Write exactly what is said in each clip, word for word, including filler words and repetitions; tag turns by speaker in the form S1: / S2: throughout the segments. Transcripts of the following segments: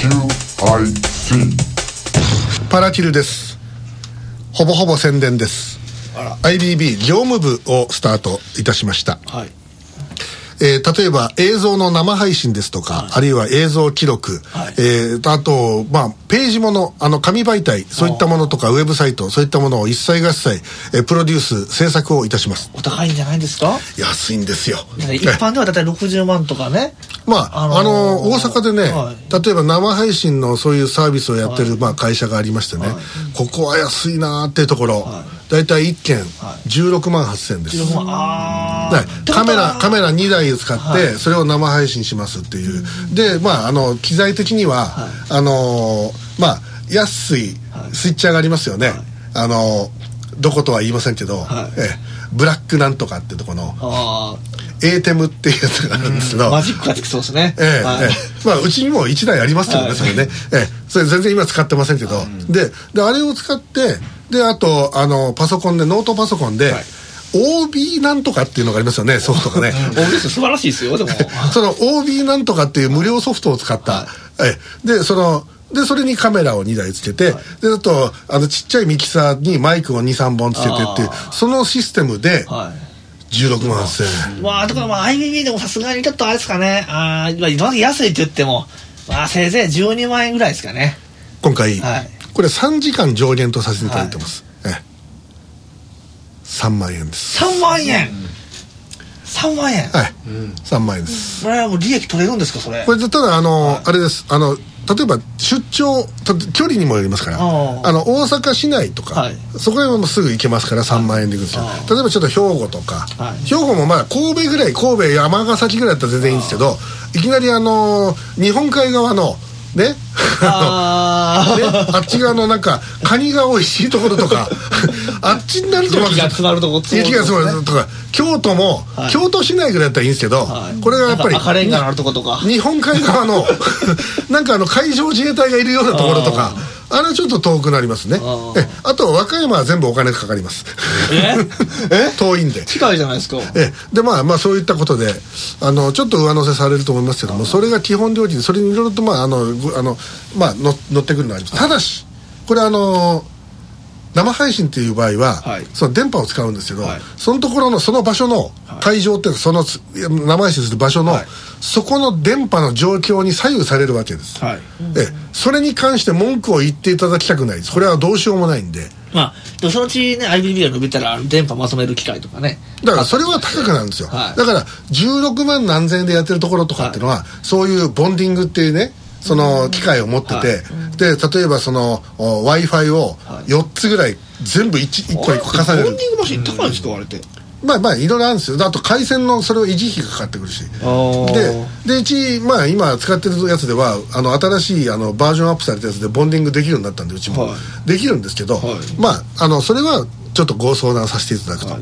S1: キューアイシー
S2: パラキルです。ほぼほぼ宣伝です。
S3: あら
S2: アイビービー 業務部をスタートいたしました。
S3: はい。
S2: えー、例えば映像の生配信ですとか、はい、あるいは映像記録、はい、えー、あと、まあ、ページもの、あの紙媒体、そういったものとかウェブサイト、そういったものを一切合切、えー、プロデュース制作をいたします。
S3: お高いんじゃないですか？
S2: 安いんですよ。
S3: 一般ではだいたいろくじゅうまんとかね。
S2: まあ、あのー、あのー、大阪でね、はい、例えば生配信のそういうサービスをやってる、はい、まあ、会社がありましてね、はい、ここは安いなーっていうところ、はい、だいたいいっけんじゅうろくまんはっせんです。じゅうろくまん、あー、カメラカメラにだい使って、はい、それを生配信しますっていう、うん、でまああの機材的には、はい、あのー、まあ安いスイッチャーがありますよね、はい、あのー、どことは言いませんけど、はい、えブラックなんとかってとこのあエーテムっていうやつがあるんですけど、
S3: マジックがつきそうですね。
S2: ええ、はい、ええ、まあうちにもいちだいありますけどね、はい、それね、ええ、それ全然今使ってませんけど、うん、で, であれを使ってであとあのパソコンでノートパソコンで、はい、オービー なんとかっていうのがありますよね、ソフトがね。
S3: オービー 素晴らしいですよ。でも
S2: その オービー なんとかっていう無料ソフトを使った、はい、えでそのでそれにカメラをにだいつけて、はい、であとあのちっちゃいミキサーにマイクをにさんぼんつけてっていうそのシステムで、はい、じゅうろくまんはっせん。
S3: まあだからまあ アイビービー でもさすがにちょっとあれですかね、ああ今安いって言ってもまあせいぜいじゅうにまんえんぐらいですかね
S2: 今回、はい、これさんじかん上限とさせていただいてます、はい、えさんまんえんです。
S3: さんまんえん、うん、さんまんえん、
S2: はい、うん、さんまんえんです。
S3: これはもう利益取れるんですかそれ？
S2: これただあの、はい、あれですあの例えば出張距離にもよりますから、あの大阪市内とか、はい、そこへもすぐ行けますからさんまんえんでいくんですよ。例えばちょっと兵庫とか、はい、兵庫もまあ神戸ぐらい神戸山崎ぐらいだったら全然いいんですけど、いきなりあの日本海側のねあ, ねあっち側のなんかカニが美味しいところとかあっちになると
S3: 雪が詰まるところ、
S2: 雪が詰まるとか京都も、はい、京都市内ぐらいだったらいいんですけど、はい、これがやっぱり
S3: 赤レンガのあるところとか
S2: 日本海側のなんかあの海上自衛隊がいるようなところとかあれちょっと遠くなりますね。あ, えあと和歌山は全部お金かかります。
S3: え
S2: え遠いんで
S3: 近いじゃないですか。
S2: えでまあまあそういったことであのちょっと上乗せされると思いますけども、それが基本料金でそれにいろいろとまああのあのまあの乗ってくるのがあります。ただしこれあの生配信っていう場合は、はい、その電波を使うんですけど、はい、そのところのその場所の会場っていうかその生配信する場所の、はい、そこの電波の状況に左右されるわけです、はい、えそれに関して文句を言っていただきたくないです。これはどうしようもないんで、
S3: まあ、でもそのうちね アイビービー が伸びたら電波まとめる機械とかね、
S2: だからそれは高くなるんですよ、はい、だからじゅうろくまん何千円でやってるところとかっていうのは、はい、そういうボンディングっていうねその機械を持ってて、はい、で例えばその Wi-Fi をよっつぐらい全部 1, 1個1個重ねる。
S3: ボンディングマシン高いんですかあれって？
S2: まあまあいろいろあるんですよ。あと回線のそれを維持費がかかってくるし、ででうちまあ今使ってるやつではあの新しいあのバージョンアップされたやつでボンディングできるようになったんでうちも、はい、できるんですけど、はい、まああのそれはちょっとご相談させていただくと、はい、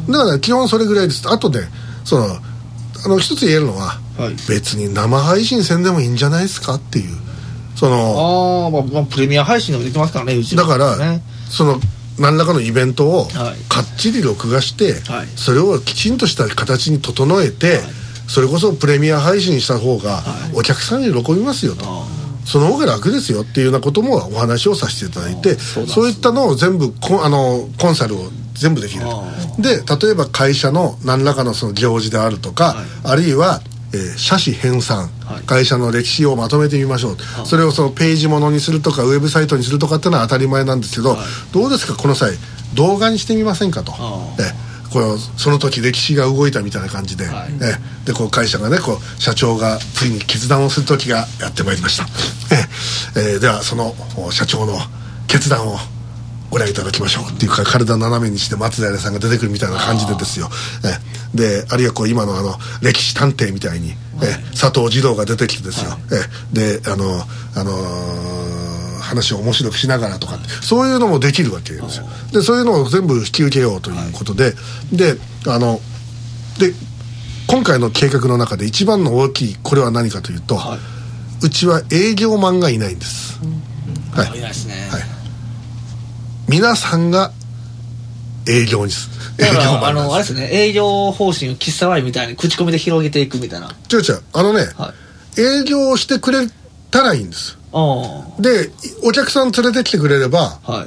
S2: だから基本それぐらいです。あとねそのあの一つ言えるのは、はい、別に生配信せんでもいいんじゃないですかっていう、その
S3: あ、まあ、まあプレミア配信でもできますからねうち
S2: だから、ね、その何らかのイベントをかっちり録画して、はい、それをきちんとした形に整えて、はい、それこそプレミア配信した方がお客さんに喜びますよと、はい、その方が楽ですよっていうようなこともお話をさせていただいて、そう、そういったのを全部コン、あのコンサルを全部できる。で例えば会社の何らかのその行事であるとか、はい、あるいはえー、社史編纂、はい、会社の歴史をまとめてみましょう、はい、それをそのページものにするとかウェブサイトにするとかっていうのは当たり前なんですけど、はい、どうですかこの際動画にしてみませんかと、えこうその時歴史が動いたみたいな感じで、はい、えでこう会社がねこう社長がついに決断をする時がやってまいりました、ええー、ではその社長の決断をご覧いただきましょうっていうか体を斜めにして松平さんが出てくるみたいな感じでですよ。えであるいはこう今のあの歴史探偵みたいに、え佐藤二郎が出てきてですよ。えであの、あのー、話を面白くしながらとかそういうのもできるわけですよ。でそういうのを全部引き受けようということで、であので今回の計画の中で一番の大きいこれは何かというと、はい、うちは営業マンがいないんです、うん、はい、
S3: いないですね、
S2: はい、皆さんが営業にす
S3: だからあのあれですね営業方針を喫茶ワインみたいに口コミで広げていくみたいな。
S2: 違う違うあのね、はい、営業をしてくれたらいいんです。 でお客さん連れてきてくれれば、はい、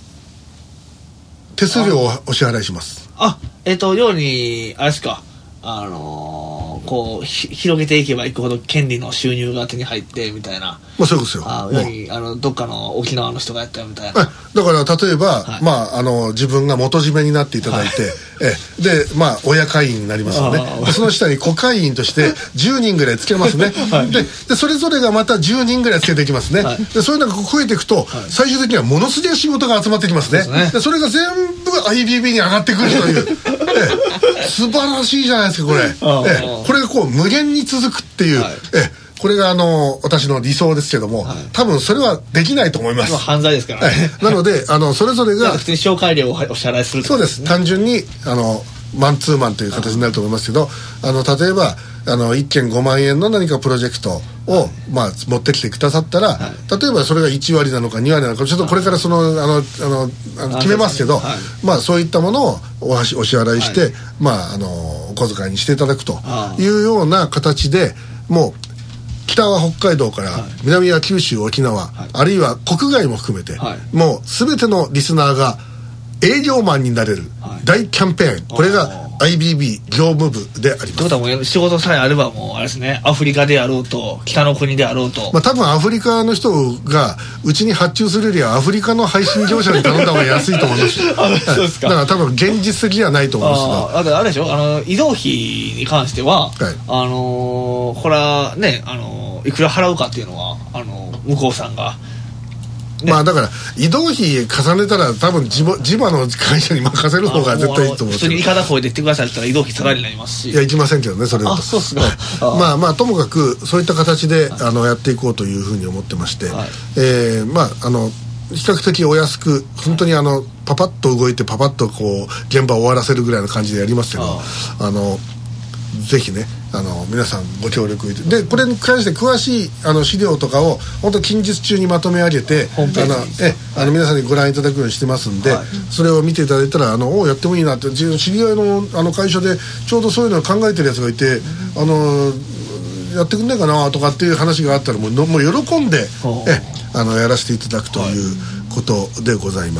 S2: 手数料をお支払いします。
S3: あ、えっとようにあれですか、あのー、こうひ広げていけばいくほど権利の収入が手に入ってみたいな、
S2: まあ、そういうことですよ。
S3: あようにあのどっかの沖縄の人がやったみたいな。
S2: だから例えば、はい、まあ、あの自分が元締めになっていただいて、はい、えでまあ親会員になりますよね。その下に子会員としてじゅうにんぐらいつけますね。はい、ででそれぞれがまたじゅうにんぐらいつけていきますね。はい、でそういうのが増えていくと、はい、最終的にはものすげえ仕事が集まってきますね。 そ, ねでそれが全部 アイビービー に上がってくるというえ素晴らしいじゃないですかこれ。えこれがこう無限に続くっていう、はい、えこれがあの私の理想ですけども、はい、多分それはできないと思います。
S3: 犯罪ですからね。
S2: なのであのそれぞれが
S3: 普通に紹介料をお支払いする、ね、
S2: そうです。単純にあのマンツーマンという形になると思いますけど、あの例えばあのいっけんごまんえんの何かプロジェクトを、はい、まあ、持ってきてくださったら、はい、例えばそれがいちわりなのかにわりなのかちょっとこれからその、はい、あのあのあの決めますけど、はい、まあそういったものをおお支払いして、はい、まああのお小遣いにしていただくというような形で、もう北は北海道から、はい、南は九州沖縄、はい、あるいは国外も含めて、はい、もう全てのリスナーが営業マンになれる大キャンペーン、これが アイビービー 業務部であります。という
S3: ことはもう仕事さえあればもうあれですね、アフリカであろうと北の国であろうと、
S2: まあ、多分アフリカの人がうちに発注するよりはアフリカの配信業者に頼んだ方が安いと思います
S3: あ、そうですか。
S2: だから多分現実的ではないと思いますが、
S3: ああれでしょ、あの移動費に関しては、はい、あのー、これはね、あのー、いくら払うかっていうのはあのー、向こうさんがね、
S2: まあだから移動費重ねたら多分地場の会社に任せる方が絶対いいと思う。
S3: 普通にいかだ声で言ってくださいって言ったら移動費下がりになりますし、
S2: いや行きませんけどねそれは。
S3: あ、そうですか。
S2: まあまあともかくそういった形で、はい、あのやっていこうというふうに思ってまして、はい、えー、まああの比較的お安く本当にあのパパッと動いてパパッとこう現場を終わらせるぐらいの感じでやりますけど、あのぜひねあの皆さんご協力いたでこれに関して詳しいあの資料とかを本当近日中にまとめ上げてあのえあの皆さんにご覧いただくようにしてますんで、はい、それを見ていただいたらあのおやってもいいなって、知り合いのあの会社でちょうどそういうのを考えてるやつがいて、あのやってくんないかなとかっていう話があったらもうのもう喜んでえあのやらせていただくということでございます。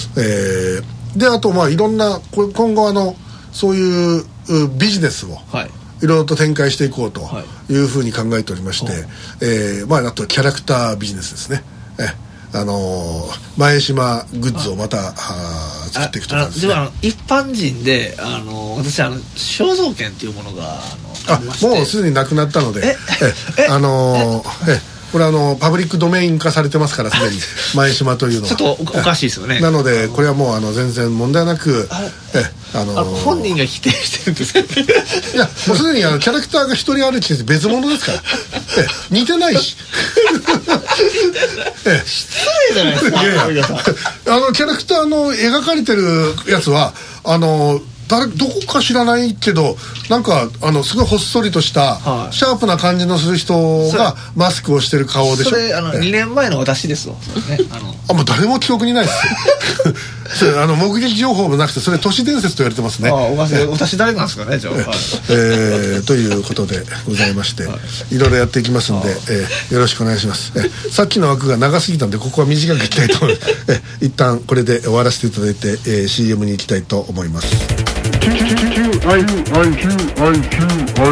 S2: はい、えー、であとまあいろんな今後あのそういうビジネスを、はい、いろいろと展開していこうというふうに考えておりまして、はい、えーまあ、あとキャラクタービジネスですね。えあのー、前島グッズをまたあ作っていくとかですね。
S3: ああの一般人で、あのー、私あの肖像権っていうものがあの
S2: あもうすでになくなったのでええあのー、えこれはあのパブリックドメイン化されてますからすでに前島というのは
S3: ちょっと お, おかしいですよね。
S2: なのでこれはもうあの全然問題なくえ
S3: あのー、あ本人が否定してるんですけど
S2: いやもうすでにあのキャラクターが一人歩きして別物ですからえ似てないし
S3: え失礼じゃないですか。いやいや
S2: あのキャラクターの描かれてるやつはあの誰どこか知らないけどなんかあのすごいほっそりとした、はい、シャープな感じのする人がマスクをしてる顔でしょ。
S3: それあのにねんまえの私ですわ、ね、あの
S2: あもう誰も記憶にないですそれあの目撃情報もなくてそれ都市伝説と言われてますね。あ
S3: おかしい私誰なんですかねじゃあ、はい、
S2: えー、ということでございまして、はい、いろいろやっていきますんで、えー、よろしくお願いします。えさっきの枠が長すぎたんでここは短くいきたいと思いますえ一旦これで終わらせていただいて、えー、シーエム に行きたいと思います。
S1: キューキューアイキューアイキューアイキューアイキューアイキュ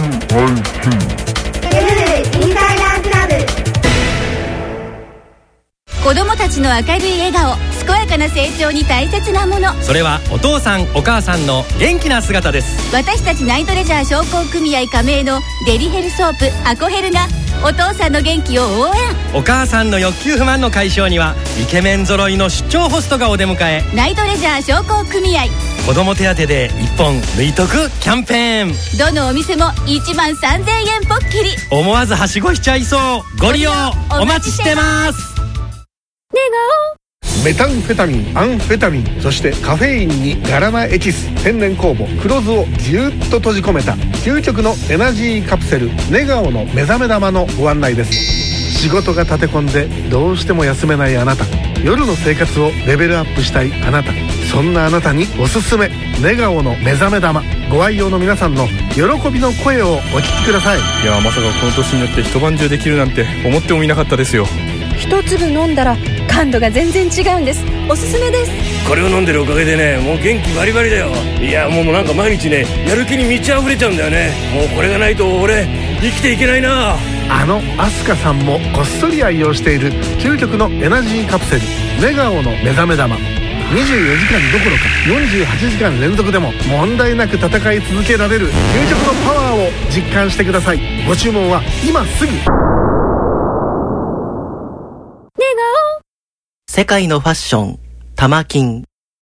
S4: ー子供たちの明るい笑顔、健やかな成長に大切なもの、
S5: それはお父さんお母さんの元気な姿です。
S4: 私たちナイトレジャー商工組合加盟のデリヘルソープアコヘルがお父さんの元気を応援。
S5: お母さんの欲求不満の解消にはイケメン揃いの出張ホストがお出迎え。
S4: ナイトレジャー商工組合
S5: 子供手当でいっぽん抜いとくキャンペーン。
S4: どのお店もいちまんさんぜんえんぽっきり。
S5: 思わずはしごしちゃいそう。ご利用お待ちしてます。
S2: メタンフェタミン、アンフェタミン、そしてカフェインにガラナエキス、天然酵母黒酢をぎゅっと閉じ込めた究極のエナジーカプセルネガオの目覚め玉のご案内です。 仕事が立て込んでどうしても休めないあなた、夜の生活をレベルアップしたいあなた、そんなあなたにおすすめ寝顔の目覚め玉。ご愛用の皆さんの喜びの声をお聞きください。
S6: いやまさかこの年になって一晩中できるなんて思ってもみなかったですよ。
S7: 一粒飲んだら感度が全然違うんです。おすすめです。
S8: これを飲んでるおかげでね、もう元気バリバリだよ。いやもうなんか毎日ねやる気に満ち溢れちゃうんだよね。もうこれがないと俺生きていけないな。
S2: あのアスカさんもこっそり愛用している究極のエナジーカプセル寝顔の目覚め玉。にじゅうよじかんどころかよんじゅうはちじかん連続でも問題なく戦い続けられる究極のパワーを実感してください。ご注文は今すぐ。
S9: 世界のファッション、タマキン。